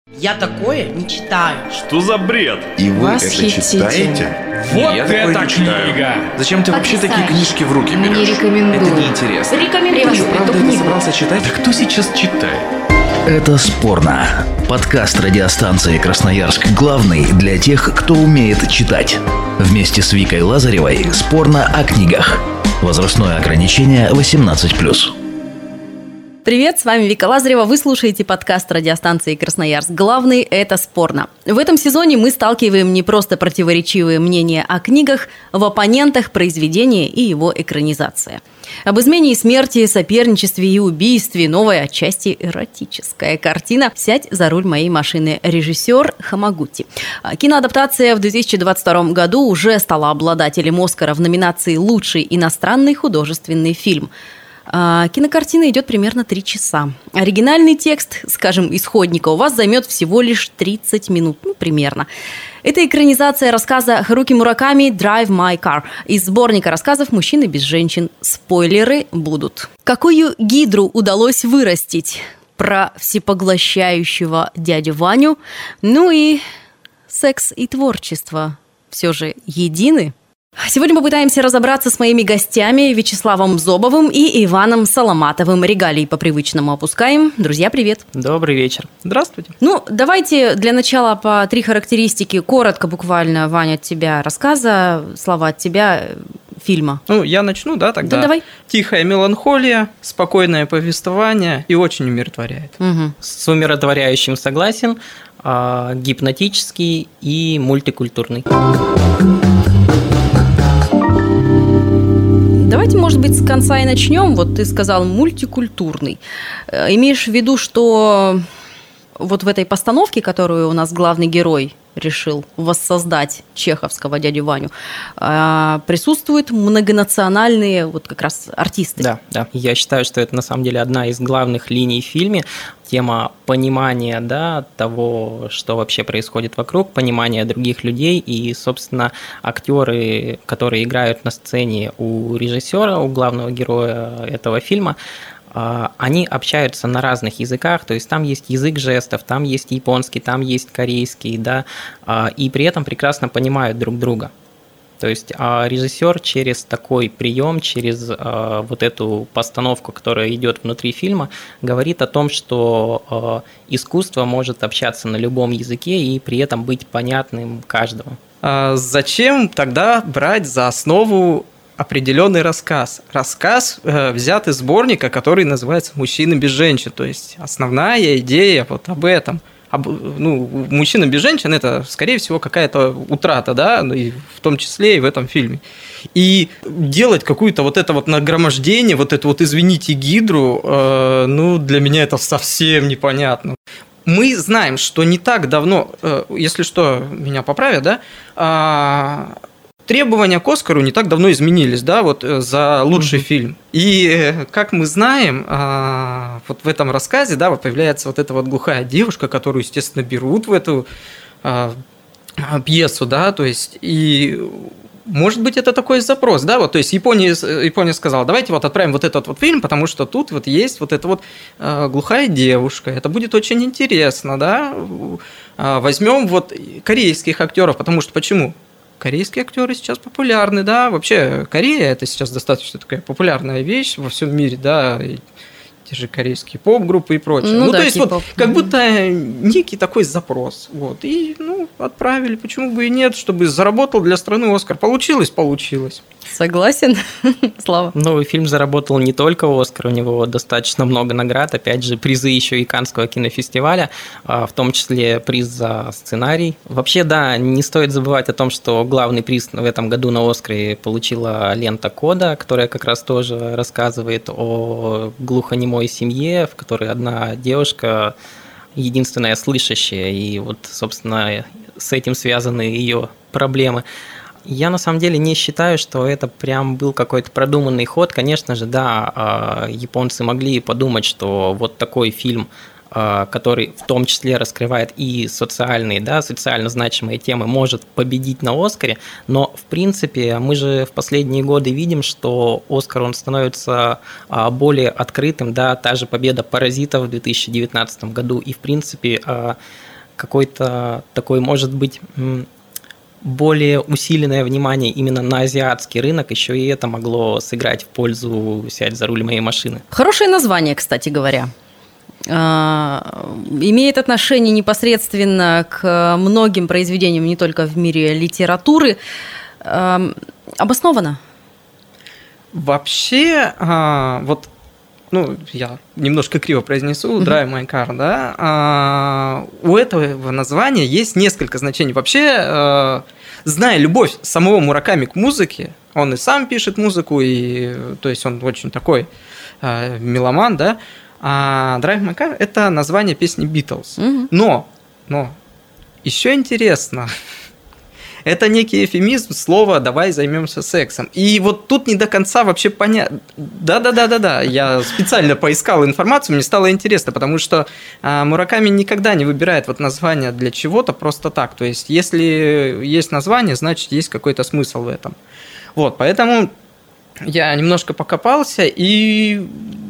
Я такое не читаю. Что за бред? И вы это читаете? Вот Я это такое не читаю. книга! Зачем ты вообще такие книжки в руки берешь? Не рекомендую. Это неинтересно. Рекомендую Ты правда эту это книгу. собрался читать? Да кто сейчас читает? Это «Спорно». Подкаст радиостанции «Красноярск» главный для тех, кто умеет читать. Вместе с Викой Лазаревой «Спорно о книгах». Возрастное ограничение 18+. Привет, с вами Вика Лазарева. Вы слушаете подкаст радиостанции «Красноярск». Главный – это «Спорно». В этом сезоне мы сталкиваем не просто противоречивые мнения о книгах, в оппонентах произведения и его экранизация. Об измене и смерти, соперничестве и убийстве, новая, отчасти эротическая картина «Сядь за руль моей машины». Режиссер Хамагути. Киноадаптация в 2022 году уже стала обладателем «Оскара» в номинации «Лучший иностранный художественный фильм». Кинокартина идет примерно 3 часа. Оригинальный текст, скажем, исходника, у вас займет всего лишь 30 минут, примерно. Это экранизация рассказа Харуки Мураками «Drive My Car» из сборника рассказов «Мужчины без женщин». Спойлеры будут. Какую гидру удалось вырастить? Про всепоглощающего дядю Ваню. Ну и секс и творчество все же едины? Сегодня попытаемся разобраться с моими гостями Вячеславом Зобовым и Иваном Соломатовым. Регалии по-привычному опускаем. Друзья, привет. Добрый вечер. Здравствуйте. Давайте для начала по 3 характеристики. Коротко буквально, Ваня, от тебя рассказа, слова от тебя фильма. Я начну, тогда? Да, давай. Тихая меланхолия, спокойное повествование и очень умиротворяет. Угу. С умиротворяющим согласен, гипнотический и мультикультурный. Давайте, может быть, с конца и начнем. Вот ты сказал мультикультурный. Имеешь в виду, что вот в этой постановке, которую у нас главный герой решил воссоздать чеховского дядю Ваню, присутствуют многонациональные вот как раз артисты. Да. Я считаю, что это на самом деле одна из главных линий в фильме. Тема понимания, того, что вообще происходит вокруг, понимания других людей и, собственно, актеры, которые играют на сцене у режиссера, у главного героя этого фильма, они общаются на разных языках, то есть там есть язык жестов, там есть японский, там есть корейский, и при этом прекрасно понимают друг друга. То есть режиссер через такой прием, через вот эту постановку, которая идет внутри фильма, говорит о том, что искусство может общаться на любом языке и при этом быть понятным каждому. Зачем тогда брать за основу определенный рассказ? Рассказ взят из сборника, который называется «Мужчины без женщин». То есть основная идея вот об этом. Мужчина без женщин – это, скорее всего, какая-то утрата, и в том числе и в этом фильме. И делать какое-то вот это вот нагромождение, вот это вот, извините, гидру, для меня это совсем непонятно. Мы знаем, что не так давно, если что, меня поправят, требования к Оскару не так давно изменились, за лучший фильм. И, как мы знаем, вот в этом рассказе, появляется вот эта вот глухая девушка, которую, естественно, берут в эту пьесу, то есть, и, может быть, это такой запрос, то есть, Япония сказала, давайте вот отправим вот этот вот фильм, потому что тут вот есть вот эта вот глухая девушка, это будет очень интересно, возьмем вот корейских актеров, потому что, почему? Корейские актеры сейчас популярны, вообще Корея – это сейчас достаточно такая популярная вещь во всем мире, и те же корейские поп-группы и прочее. То есть, вот, как будто некий такой запрос, и, отправили, почему бы и нет, чтобы заработал для страны Оскар. Получилось. Согласен, Слава. Фильм заработал не только Оскар, у него достаточно много наград, опять же, призы еще и Каннского кинофестиваля, в том числе приз за сценарий. Вообще, не стоит забывать о том, что главный приз в этом году на Оскаре получила лента «Кода», которая как раз тоже рассказывает о глухонемой семье, в которой одна девушка единственная слышащая, и вот, собственно, с этим связаны ее проблемы. Я на самом деле не считаю, что это прям был какой-то продуманный ход. Конечно же, японцы могли подумать, что вот такой фильм, который в том числе раскрывает и социальные, социально значимые темы, может победить на Оскаре, но в принципе мы же в последние годы видим, что Оскар, он становится более открытым, та же победа «Паразитов» в 2019 году, и в принципе какой-то такой, может быть, более усиленное внимание именно на азиатский рынок, еще и это могло сыграть в пользу «Сядь за руль моей машины». Хорошее название, кстати говоря. Имеет отношение непосредственно к многим произведениям, не только в мире литературы. Обоснованно? Вообще, вот, я немножко криво произнесу, Drive My Car, да, у этого названия есть несколько значений. Вообще, зная любовь самого Мураками к музыке, он и сам пишет музыку, и, то есть он очень такой меломан, да, Drive My Car – это название песни Beatles. Но еще интересно, это некий эвфемизм слова «давай займемся сексом». И вот тут не до конца вообще понятно. Да. Я специально поискал информацию, мне стало интересно, потому что Мураками никогда не выбирает вот название для чего-то просто так. То есть, если есть название, значит, есть какой-то смысл в этом. Вот, поэтому я немножко покопался и...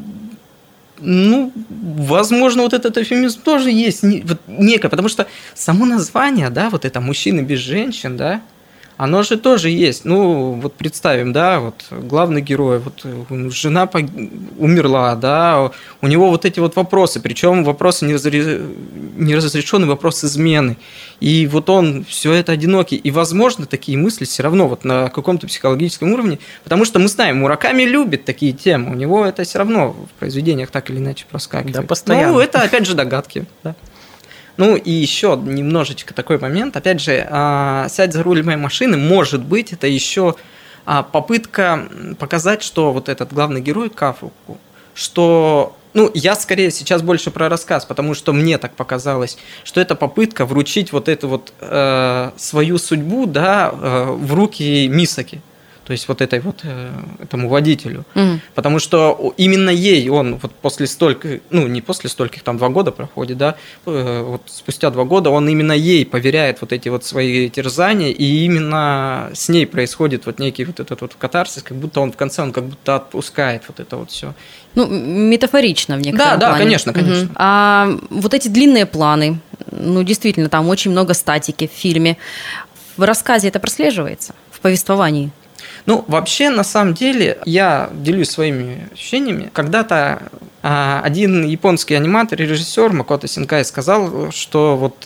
возможно, вот этот эвфемизм тоже есть некое, потому что само название, да, вот это «Мужчины без женщин», да, оно же тоже есть. Вот представим, да, вот главный герой, вот жена умерла, да, у него вот эти вот вопросы, причем вопросы неразрешенные, вопрос измены. И вот он все это одинокий. И, возможно, такие мысли все равно вот на каком-то психологическом уровне, потому что мы знаем, Мураками любит такие темы, у него это все равно в произведениях так или иначе проскакивает. Да, постоянно. Это, опять же, догадки, да. И еще немножечко такой момент. Опять же, «Сядь за руль моей машины», может быть, это еще попытка показать, что вот этот главный герой Кафуку, что... я скорее сейчас больше про рассказ, потому что мне так показалось, что это попытка вручить вот эту вот свою судьбу, да, в руки Мисаки. То есть вот этому водителю. Потому что именно ей он вот после стольких, не после стольких, там 2 года проходит, да, вот спустя 2 года он именно ей поверяет вот эти вот свои терзания, и именно с ней происходит вот некий вот этот вот катарсис, как будто он в конце, он как будто отпускает вот это вот все. Метафорично в некотором плане. Да, конечно. А вот эти длинные планы, действительно, там очень много статики в фильме. В рассказе это прослеживается, в повествовании? Вообще, на самом деле, я делюсь своими ощущениями. Когда-то один японский аниматор и режиссер Макото Синкай сказал, что вот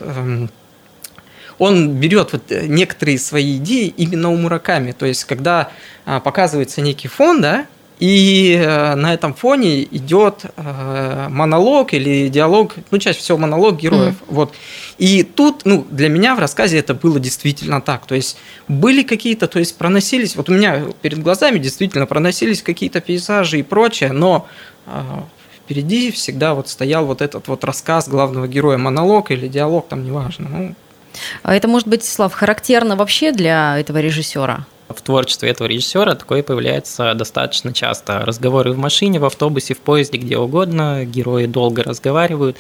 он берет вот некоторые свои идеи именно у Мураками. То есть, когда показывается некий фон, да, и на этом фоне идет монолог или диалог, чаще всего монолог героев. Вот. И тут, для меня в рассказе это было действительно так. То есть были какие-то, то есть проносились, вот у меня перед глазами действительно проносились какие-то пейзажи и прочее, но впереди всегда вот стоял вот этот вот рассказ главного героя, монолог или диалог, там неважно. А это, может быть, Слав, характерно вообще для этого режиссера? В творчестве этого режиссера такое появляется достаточно часто. Разговоры в машине, в автобусе, в поезде, где угодно. Герои долго разговаривают.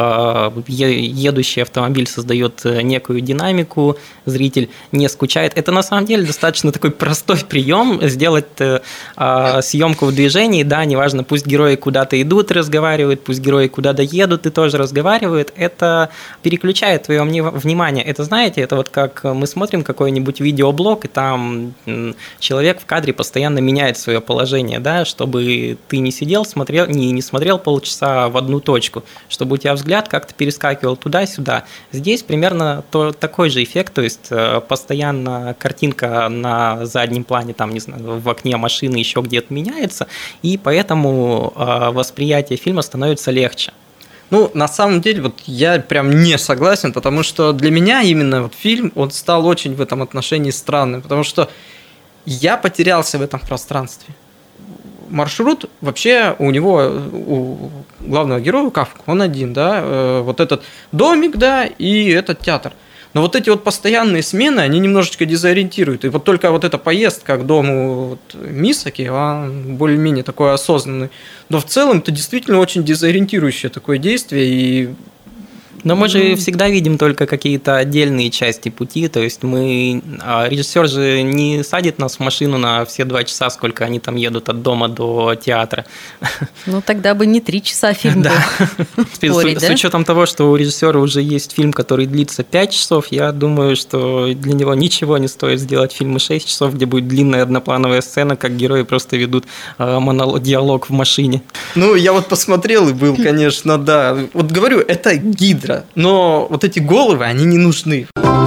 Едущий автомобиль создает некую динамику. Зритель не скучает. Это на самом деле достаточно такой простой прием. Сделать съемку в движении. Да, неважно, пусть герои куда-то идут и разговаривают, пусть герои куда-то едут и тоже разговаривают. Это переключает твое внимание. Это, знаете, это вот как мы смотрим какой-нибудь видеоблог, и там человек в кадре постоянно меняет свое положение, да, чтобы ты не сидел, не смотрел полчаса в одну точку, чтобы у тебя взгляд как-то перескакивал туда-сюда. Здесь примерно такой же эффект, то есть постоянно картинка на заднем плане, там, не знаю, в окне машины еще где-то меняется, и поэтому восприятие фильма становится легче. На самом деле, вот я прям не согласен, потому что для меня именно вот фильм, он стал очень в этом отношении странным, потому что я потерялся в этом пространстве. Маршрут вообще у главного героя, Кафуку, он один, да, вот этот домик, да, и этот театр. Но вот эти вот постоянные смены, они немножечко дезориентируют. И вот только вот эта поездка к дому Мисаки, он более-менее такой осознанный. Но в целом это действительно очень дезориентирующее такое действие. И Но мы же всегда видим только какие-то отдельные части пути, то есть режиссер же не садит нас в машину на все 2 часа, сколько они там едут от дома до театра. Ну, тогда бы не 3 часа фильм был. С учетом того, что у режиссера уже есть фильм, который длится 5 часов, я думаю, что для него ничего не стоит сделать фильмы 6 часов, где будет длинная одноплановая сцена, как герои просто ведут диалог в машине. Ну, я вот посмотрел и был, конечно, да. Вот говорю, это Гидра, но вот эти головы, они не нужны.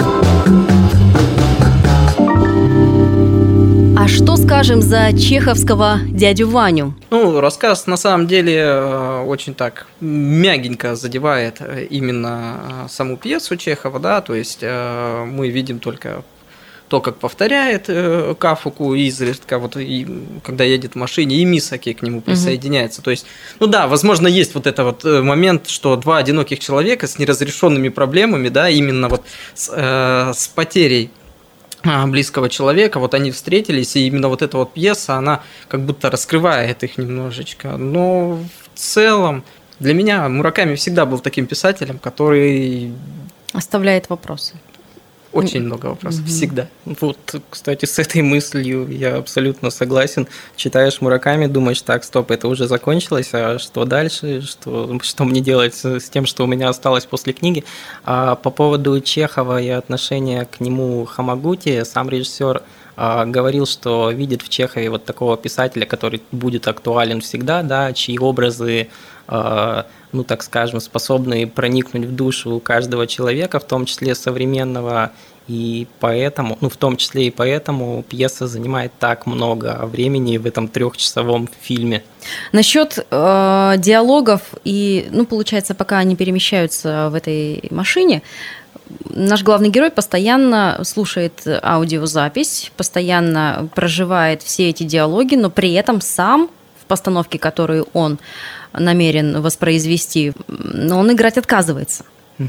А что скажем за чеховского дядю Ваню? Ну, рассказ на самом деле очень так мягенько задевает именно саму пьесу Чехова, да, то есть мы видим только то, как повторяет Кафуку изредка, вот и когда едет в машине, и Мисаки к нему присоединяется. То есть, ну да, возможно, есть вот это вот момент, что 2 одиноких человека с неразрешенными проблемами, да, именно вот с потерей близкого человека, вот они встретились, и именно вот эта вот пьеса, она как будто раскрывает их немножечко. Но в целом для меня Мураками всегда был таким писателем, который оставляет вопросы. Очень много вопросов, всегда. Вот, кстати, с этой мыслью я абсолютно согласен. Читаешь Мураками, думаешь, так, стоп, это уже закончилось, а что дальше, что мне делать с тем, что у меня осталось после книги? А по поводу Чехова и отношения к нему Хамагути, сам режиссер говорил, что видит в Чехове вот такого писателя, который будет актуален всегда, да, чьи образы, ну, так скажем, способны проникнуть в душу каждого человека, в том числе современного, и поэтому, ну, в том числе и поэтому пьеса занимает так много времени в этом 3-часовом фильме. Насчет диалогов и, ну, получается, пока они перемещаются в этой машине, наш главный герой постоянно слушает аудиозапись, постоянно проживает все эти диалоги, но при этом сам в постановке, которую он намерен воспроизвести, но он играть отказывается.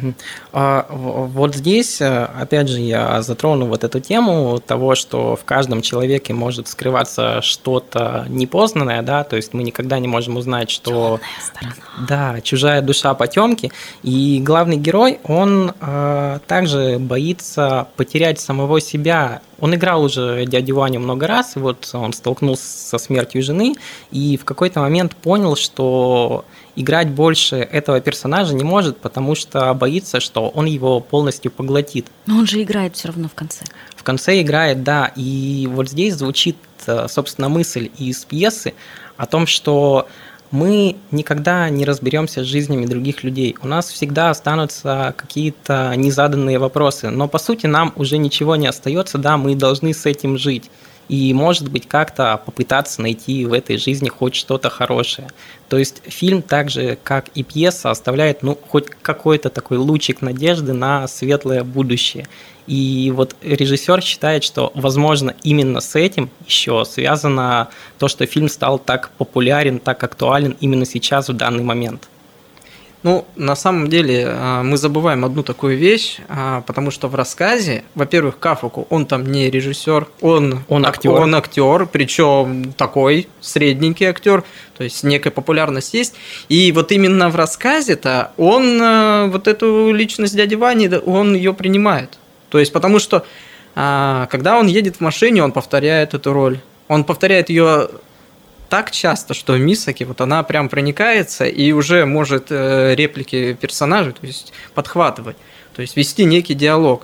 Вот здесь, опять же, я затрону вот эту тему того, что в каждом человеке может скрываться что-то непознанное, да, то есть мы никогда не можем узнать, что... Да, чужая душа потемки, и главный герой, он также боится потерять самого себя. Он играл уже дядю Ваню много раз, и вот он столкнулся со смертью жены, и в какой-то момент понял, что играть больше этого персонажа не может, потому что боится, что он его полностью поглотит. Но он же играет все равно в конце. В конце играет, да, и вот здесь звучит, собственно, мысль из пьесы о том, что мы никогда не разберемся с жизнями других людей. У нас всегда останутся какие-то незаданные вопросы, но по сути нам уже ничего не остается, да, мы должны с этим жить. И, может быть, как-то попытаться найти в этой жизни хоть что-то хорошее. То есть фильм, так же, как и пьеса, оставляет, ну, хоть какой-то такой лучик надежды на светлое будущее. И вот режиссер считает, что, возможно, именно с этим еще связано то, что фильм стал так популярен, так актуален именно сейчас, в данный момент. Ну, на самом деле, мы забываем одну такую вещь, потому что в рассказе, во-первых, Кафуку, он там не режиссер, он актер, причем такой средненький актер, то есть некая популярность есть. И вот именно в рассказе-то он вот эту личность дяди Вани, он ее принимает. То есть потому что, когда он едет в машине, он повторяет эту роль. Он повторяет ее так часто, что Мисаки, вот она прям проникается и уже может реплики персонажей, то есть подхватывать, то есть вести некий диалог.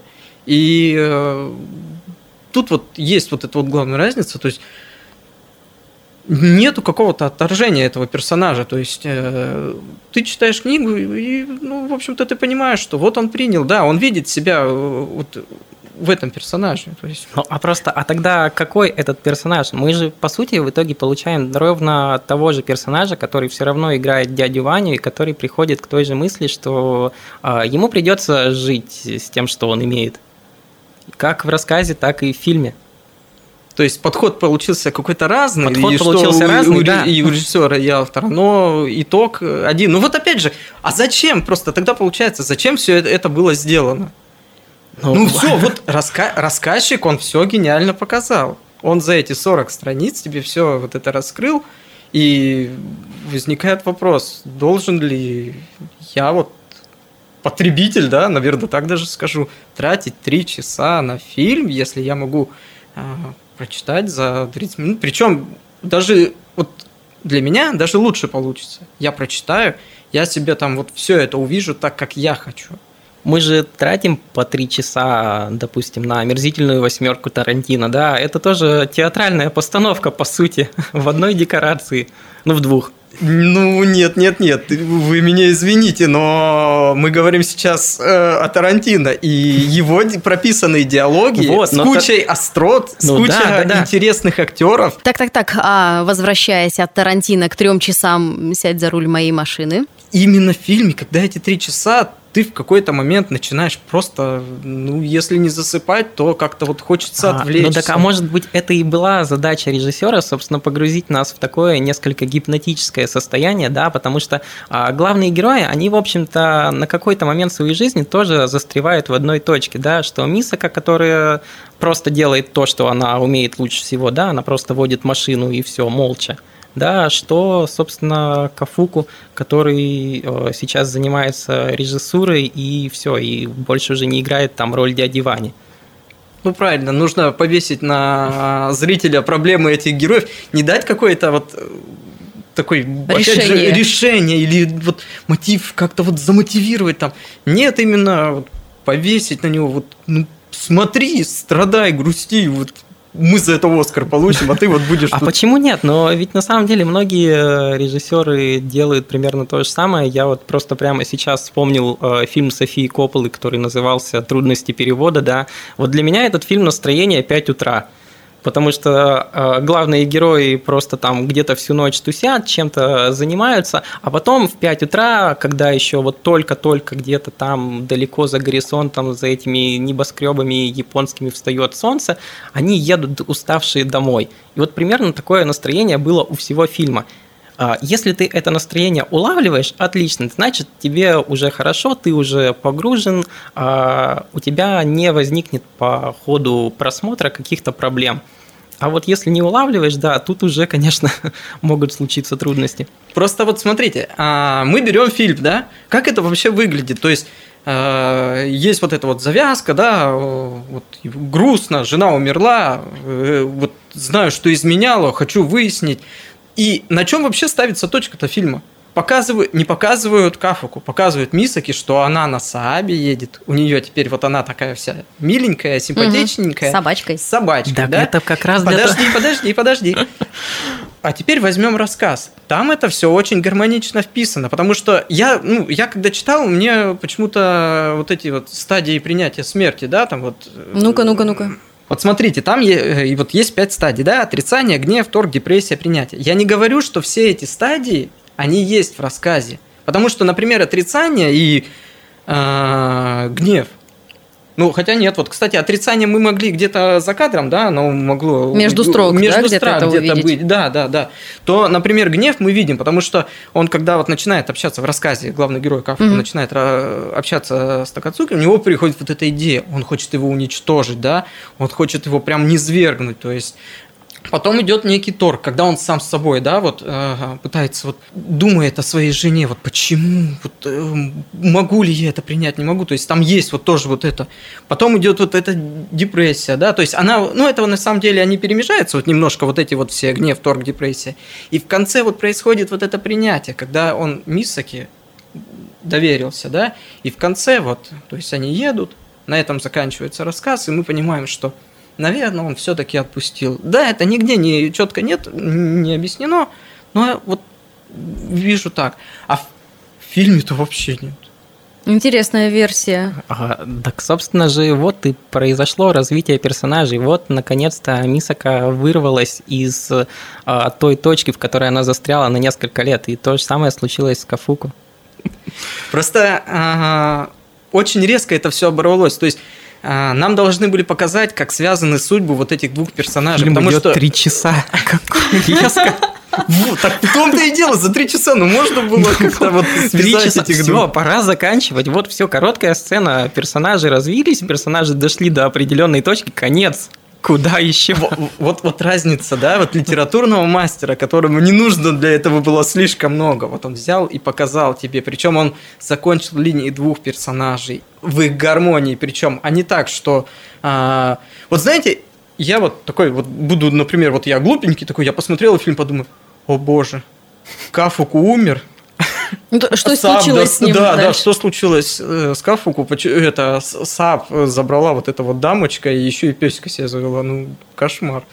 И тут вот есть вот эта вот главная разница, то есть нету какого-то отторжения этого персонажа, то есть ты читаешь книгу и, ну, в общем-то, ты понимаешь, что вот он принял, да, он видит себя вот в этом персонаже. То есть... А тогда какой этот персонаж? Мы же, по сути, в итоге получаем ровно того же персонажа, который все равно играет дядю Ваню, и который приходит к той же мысли, что ему придется жить с тем, что он имеет. Как в рассказе, так и в фильме. То есть подход получился какой-то разный, подход получился разный, да. И у режиссера, и автора, но итог один. Ну вот опять же, а зачем просто тогда получается, зачем все это было сделано? Ну все, вот рассказчик, он все гениально показал. Он за эти 40 страниц тебе все вот это раскрыл, и возникает вопрос, должен ли я вот потребитель, да, наверное, так даже скажу, тратить 3 часа на фильм, если я могу прочитать за 30 минут. Причем даже вот для меня даже лучше получится. Я прочитаю, я себе там вот все это увижу так, как я хочу. Мы же тратим по 3 часа, допустим, на «Омерзительную восьмерку» Тарантино, да, это тоже театральная постановка, по сути, в одной декорации, в 2. Ну, нет, вы меня извините, но мы говорим сейчас о Тарантино, и его прописанные диалоги с кучей острот, с кучей интересных актеров. Так, а возвращаясь от Тарантино к 3 часам «Сядь за руль моей машины». Именно в фильме, когда эти 3 часа, ты в какой-то момент начинаешь просто, если не засыпать, то как-то вот хочется отвлечься. А может быть, это и была задача режиссера, собственно, погрузить нас в такое несколько гипнотическое состояние, да, потому что главные герои, они, в общем-то, на какой-то момент своей жизни тоже застревают в одной точке, да, что Мисака, которая просто делает то, что она умеет лучше всего, да, она просто водит машину и все, молча. Да, что, собственно, Кафуку, который сейчас занимается режиссурой и все, и больше уже не играет там роль дяди Вани. Ну, правильно, нужно повесить на зрителя проблемы этих героев, не дать какое-то вот такое решение или вот мотив как-то вот замотивировать там. Нет, именно вот повесить на него, вот, смотри, страдай, грусти, вот. Мы за это Оскар получим, а ты вот будешь... А почему нет? Но ведь на самом деле многие режиссеры делают примерно то же самое. Я вот просто прямо сейчас вспомнил фильм Софии Копполы, который назывался «Трудности перевода». Да? Вот для меня этот фильм настроение 5 утра. Потому что главные герои просто там где-то всю ночь тусят, чем-то занимаются, а потом в 5 утра, когда еще вот только-только где-то там далеко за горизонтом, за этими небоскребами японскими встает солнце, они едут уставшие домой. И вот примерно такое настроение было у всего фильма. Если ты это настроение улавливаешь, отлично, значит, тебе уже хорошо, ты уже погружен, у тебя не возникнет по ходу просмотра каких-то проблем. А вот если не улавливаешь, да, тут уже, конечно, могут случиться трудности. Просто вот смотрите, мы берем фильм, да, как это вообще выглядит, то есть есть вот эта вот завязка, да, вот грустно, жена умерла, вот знаю, что изменяла, хочу выяснить. И на чем вообще ставится точка-то фильма? Не показывают Кафуку, показывают Мисаки, что она на Саабе едет. У нее теперь вот она такая вся миленькая, симпатичненькая. С собачкой. С собачкой, да? Да, это как раз Подожди. А теперь возьмем рассказ. Там это все очень гармонично вписано, потому что я когда читал, мне почему-то вот эти вот стадии принятия смерти, да, там вот... Ну-ка. Вот смотрите, там вот есть 5 стадий, да, отрицание, гнев, торг, депрессия, принятие. Я не говорю, что все эти стадии, они есть в рассказе. Потому что, например, отрицание и гнев. Хотя нет, вот, кстати, отрицание мы могли где-то за кадром, да, оно могло... Между строк, да, где-то быть. Да. То, например, гнев мы видим, потому что он, когда вот начинает общаться в рассказе, главный герой Кафуку начинает общаться с Такацуки, у него приходит вот эта идея, он хочет его уничтожить, да, он хочет его прям низвергнуть, то есть... Потом идет некий торг, когда он сам с собой, да, вот пытается, вот думает о своей жене, вот почему, вот могу ли я это принять, не могу, то есть там есть вот тоже вот это. Потом идет вот эта депрессия, да, то есть она, этого на самом деле они перемежаются, вот немножко вот эти вот все гнев, торг, депрессия. И в конце вот происходит вот это принятие, когда он Мисаки доверился, да, и в конце вот, то есть они едут, на этом заканчивается рассказ, и мы понимаем, что наверное, он все-таки отпустил. Да, это нигде четко не объяснено, но вот вижу так. А в фильме-то вообще нет. Интересная версия. Так, собственно же, вот и произошло развитие персонажей. Вот, наконец-то, Мисака вырвалась из той точки, в которой она застряла на несколько лет. И то же самое случилось с Кафуку. Просто очень резко это все оборвалось. То есть нам должны были показать, как связаны судьбы вот этих двух персонажей. Фильм идет 3 часа. Какой резко. Вот, так в том-то и дело, за 3 часа, можно было как-то вот связать этих двух. Все, пора заканчивать. Вот все, короткая сцена, персонажи развились, персонажи дошли до определенной точки, конец. Куда еще? Вот разница, да, вот литературного мастера, которому не нужно для этого было слишком много. Вот он взял и показал тебе, причем он закончил линии двух персонажей в их гармонии, причем, а не так, что... вот знаете, я вот такой вот буду, например, вот я глупенький такой, я посмотрел фильм, подумаю, о боже, Кафуку умер. Что случилось с ним Да, дальше? что случилось с Кафуку? Это Саап забрала вот эта вот дамочка и еще и песика себе завела. Ну, кошмар.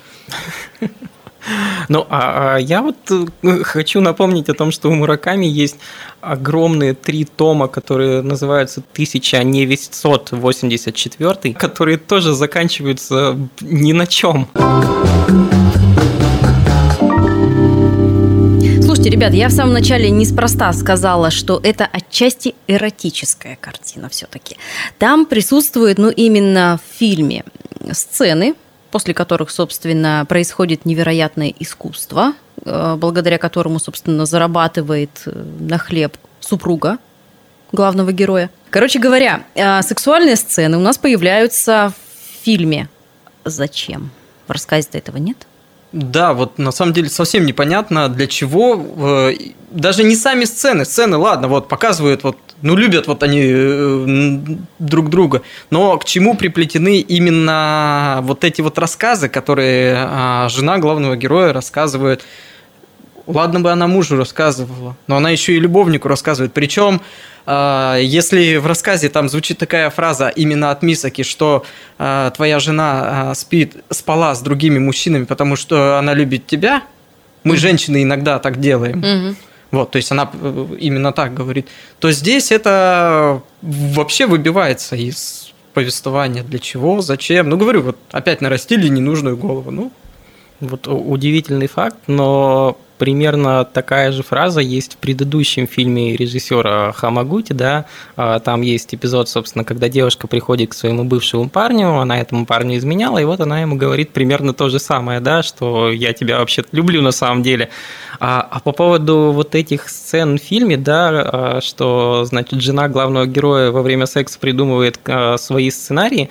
Ну, я вот хочу напомнить о том, что у Мураками есть огромные 3 тома, которые называются 1984, которые тоже заканчиваются ни на чем. Слушайте, ребят, я в самом начале неспроста сказала, что это отчасти эротическая картина все-таки. Там присутствуют, именно в фильме сцены, после которых, собственно, происходит невероятное искусство, благодаря которому, собственно, зарабатывает на хлеб супруга главного героя. Короче говоря, сексуальные сцены у нас появляются в фильме. Зачем? В рассказе-то этого нет? Да, вот на самом деле совсем непонятно, для чего, даже не сами сцены, ладно, вот показывают, вот, любят вот они друг друга, но к чему приплетены именно вот эти вот рассказы, которые жена главного героя рассказывает. Ладно бы она мужу рассказывала, но она еще и любовнику рассказывает, причем если в рассказе там звучит такая фраза именно от Мисаки, что твоя жена спала с другими мужчинами, потому что она любит тебя, мы, женщины, иногда так делаем, вот, то есть она именно так говорит, то здесь это вообще выбивается из повествования. Для чего, зачем? Говорю, вот опять нарастили ненужную голову. Вот удивительный факт, но примерно такая же фраза есть в предыдущем фильме режиссера Хамагути, да, там есть эпизод, собственно, когда девушка приходит к своему бывшему парню, она этому парню изменяла, и вот она ему говорит примерно то же самое, да, что я тебя вообще-то люблю на самом деле. А по поводу вот этих сцен в фильме, да, что, значит, жена главного героя во время секса придумывает свои сценарии,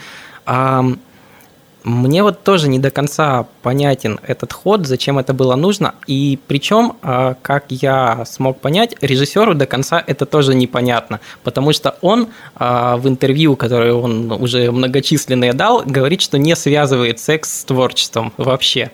мне вот тоже не до конца понятен этот ход, зачем это было нужно, и причем, как я смог понять, режиссеру до конца это тоже непонятно, потому что он в интервью, которое он уже многочисленные дал, говорит, что не связывает секс с творчеством вообще.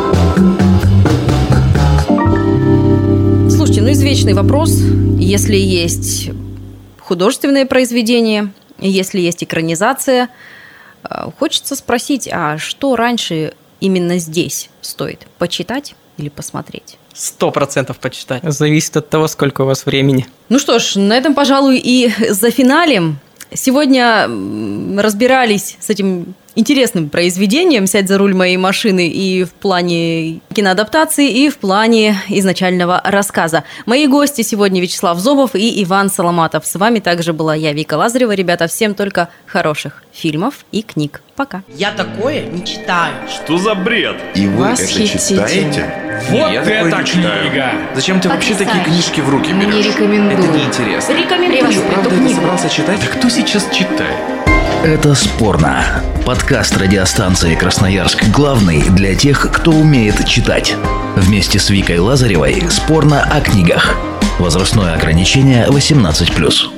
Слушайте, извечный вопрос, если есть художественное произведение, если есть экранизация, хочется спросить, а что раньше именно здесь стоит? Почитать или посмотреть? 100% почитать. Зависит от того, сколько у вас времени. Ну что ж, на этом, пожалуй, и зафиналим. Сегодня разбирались с этим интересным произведением «Сядь за руль моей машины» и в плане киноадаптации, и в плане изначального рассказа. Мои гости сегодня Вячеслав Зобов и Иван Соломатов. С вами также была я, Вика Лазарева. Ребята, всем только хороших фильмов и книг. Пока. Я такое не читаю. Что за бред? И вы это Восхитительно. читаете? Вот Я такое это не читаю. книга! Зачем ты вообще такие книжки в руки Не берешь? рекомендую. Это неинтересно. Рекомендую Что, правда, это собрался читать? Да кто сейчас читает? Это «Спорно». Подкаст радиостанции «Красноярск» главный для тех, кто умеет читать. Вместе с Викой Лазаревой «Спорно о книгах». Возрастное ограничение 18+.